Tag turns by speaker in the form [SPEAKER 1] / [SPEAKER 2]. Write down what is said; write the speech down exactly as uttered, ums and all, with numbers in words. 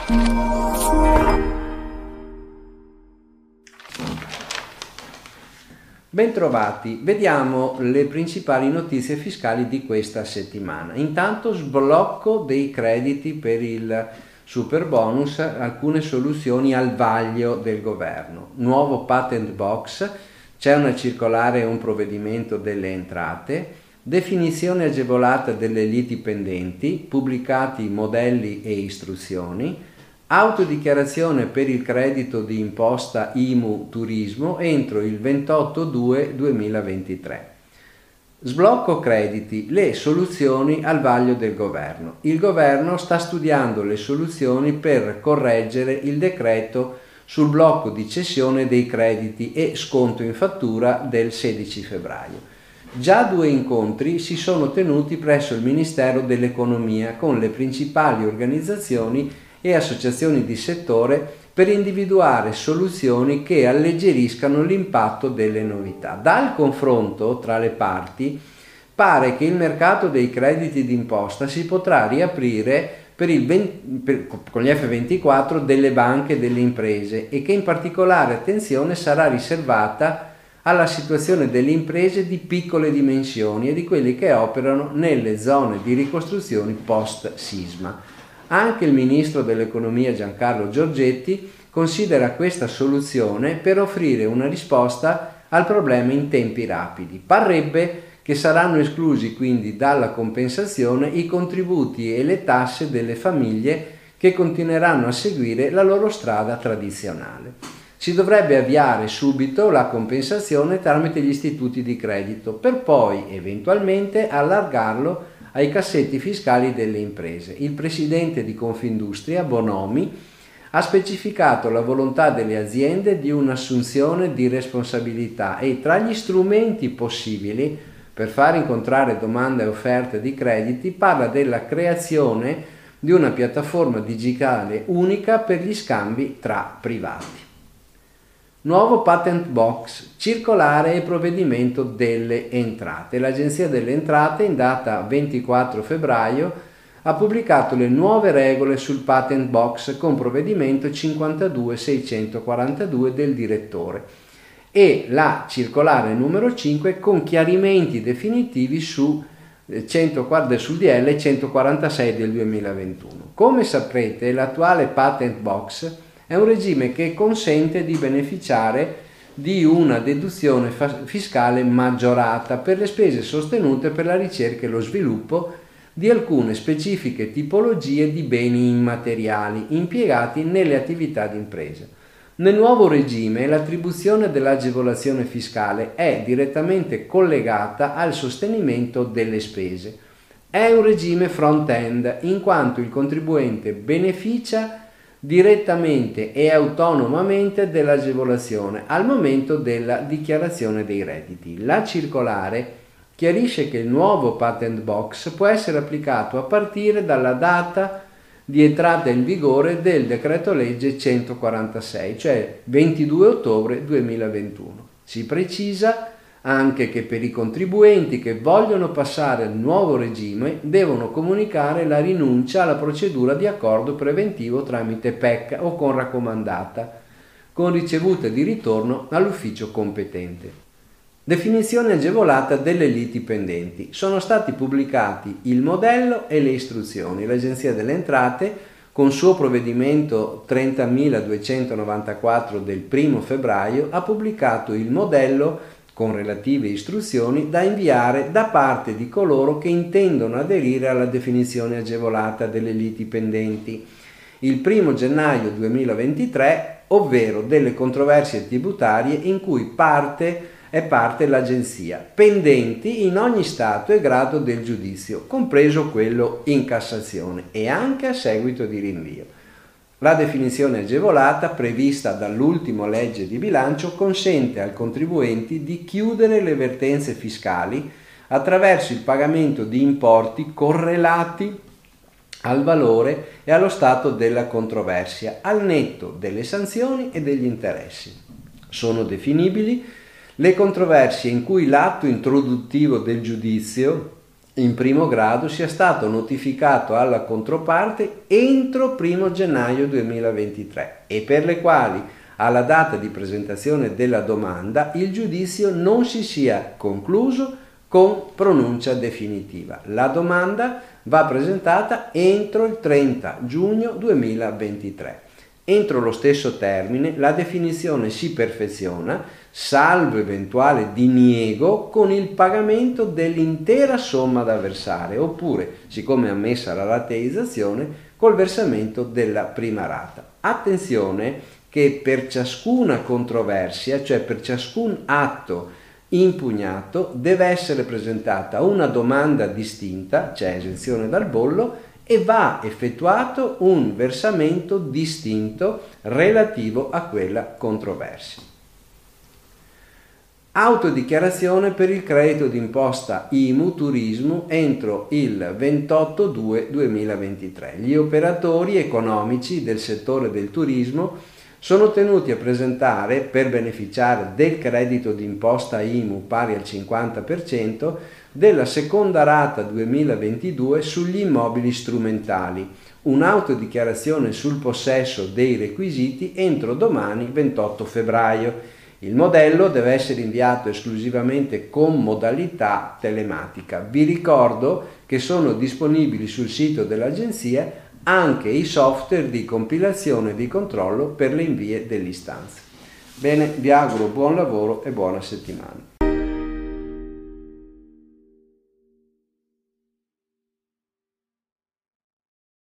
[SPEAKER 1] Bentrovati, vediamo le principali notizie fiscali di questa settimana. Intanto sblocco dei crediti per il superbonus, alcune soluzioni al vaglio del governo. Nuovo patent box, c'è una circolare e un provvedimento delle entrate, definizione agevolata delle liti pendenti, pubblicati modelli e istruzioni, autodichiarazione per il credito di imposta I M U turismo entro il ventotto due duemilaventitré. Sblocco crediti, le soluzioni al vaglio del governo. Il governo sta studiando le soluzioni per correggere il decreto sul blocco di cessione dei crediti e sconto in fattura del sedici febbraio. Già due incontri si sono tenuti presso il Ministero dell'Economia con le principali organizzazioni e associazioni di settore per individuare soluzioni che alleggeriscano l'impatto delle novità. Dal confronto tra le parti pare che il mercato dei crediti d'imposta si potrà riaprire per il venti, per, con gli F ventiquattro delle banche e delle imprese e che in particolare attenzione sarà riservata alla situazione delle imprese di piccole dimensioni e di quelli che operano nelle zone di ricostruzione post-sisma. Anche il ministro dell'economia Giancarlo Giorgetti considera questa soluzione per offrire una risposta al problema in tempi rapidi. Parrebbe che saranno esclusi quindi dalla compensazione i contributi e le tasse delle famiglie che continueranno a seguire la loro strada tradizionale. Si dovrebbe avviare subito la compensazione tramite gli istituti di credito per poi eventualmente allargarlo ai cassetti fiscali delle imprese. Il presidente di Confindustria, Bonomi, ha specificato la volontà delle aziende di un'assunzione di responsabilità e tra gli strumenti possibili per far incontrare domanda e offerta di crediti parla della creazione di una piattaforma digitale unica per gli scambi tra privati. Nuovo patent box, circolare e provvedimento delle entrate. L'Agenzia delle Entrate in data ventiquattro febbraio ha pubblicato le nuove regole sul patent box con provvedimento cinquantadue seicentoquarantadue del direttore e la circolare numero cinque con chiarimenti definitivi su cento, sul D L centoquarantasei del duemilaventuno. Come saprete, l'attuale patent box è un regime che consente di beneficiare di una deduzione fiscale maggiorata per le spese sostenute per la ricerca e lo sviluppo di alcune specifiche tipologie di beni immateriali impiegati nelle attività di impresa. Nel nuovo regime l'attribuzione dell'agevolazione fiscale è direttamente collegata al sostenimento delle spese. È un regime front-end in quanto il contribuente beneficia direttamente e autonomamente dell'agevolazione al momento della dichiarazione dei redditi. La circolare chiarisce che il nuovo patent box può essere applicato a partire dalla data di entrata in vigore del decreto legge centoquarantasei, cioè ventidue ottobre duemilaventuno. Si precisa anche che per i contribuenti che vogliono passare al nuovo regime devono comunicare la rinuncia alla procedura di accordo preventivo tramite P E C o con raccomandata, con ricevuta di ritorno all'ufficio competente. Definizione agevolata delle liti pendenti. Sono stati pubblicati il modello e le istruzioni. L'Agenzia delle Entrate, con suo provvedimento trentamiladuecentonovantaquattro del primo febbraio, ha pubblicato il modello con relative istruzioni da inviare da parte di coloro che intendono aderire alla definizione agevolata delle liti pendenti il primo gennaio duemilaventitré, ovvero delle controversie tributarie in cui parte è parte l'Agenzia, pendenti in ogni stato e grado del giudizio, compreso quello in Cassazione e anche a seguito di rinvio. La definizione agevolata, prevista dall'ultima legge di bilancio, consente ai contribuenti di chiudere le vertenze fiscali attraverso il pagamento di importi correlati al valore e allo stato della controversia, al netto delle sanzioni e degli interessi. Sono definibili le controversie in cui l'atto introduttivo del giudizio in primo grado sia stato notificato alla controparte entro primo gennaio duemilaventitré e per le quali alla data di presentazione della domanda il giudizio non si sia concluso con pronuncia definitiva. La domanda va presentata entro il trenta giugno duemilaventitré. Entro lo stesso termine la definizione si perfeziona, salvo eventuale diniego, con il pagamento dell'intera somma da versare, oppure, siccome ammessa la rateizzazione, col versamento della prima rata. Attenzione che per ciascuna controversia, cioè per ciascun atto impugnato, deve essere presentata una domanda distinta, cioè esenzione dal bollo, e va effettuato un versamento distinto relativo a quella controversia. Autodichiarazione per il credito d'imposta I M U turismo entro il ventotto due duemilaventitré. Gli operatori economici del settore del turismo sono tenuti a presentare, per beneficiare del credito d'imposta I M U pari al cinquanta per cento, della seconda rata duemilaventidue sugli immobili strumentali, un'autodichiarazione sul possesso dei requisiti entro domani ventotto febbraio. Il modello deve essere inviato esclusivamente con modalità telematica. Vi ricordo che sono disponibili sul sito dell'Agenzia anche i software di compilazione e di controllo per le invie dell'istanza. Bene, vi auguro buon lavoro e buona settimana.